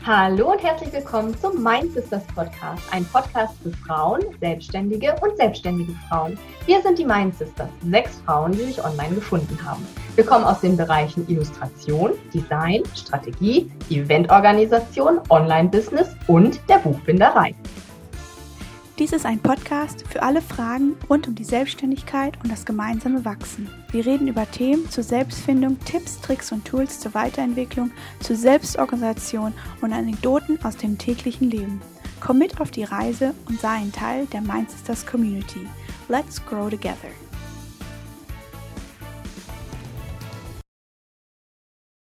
Hallo und herzlich willkommen zum Mind Sisters Podcast, ein Podcast für Frauen, Selbstständige und selbstständige Frauen. Wir sind die Mind Sisters, 6 Frauen, die sich online gefunden haben. Wir kommen aus den Bereichen Illustration, Design, Strategie, Eventorganisation, Online-Business und der Buchbinderei. Dies ist ein Podcast für alle Fragen rund um die Selbstständigkeit und das gemeinsame Wachsen. Wir reden über Themen zur Selbstfindung, Tipps, Tricks und Tools zur Weiterentwicklung, zur Selbstorganisation und Anekdoten aus dem täglichen Leben. Komm mit auf die Reise und sei ein Teil der Mind Sisters Community. Let's grow together!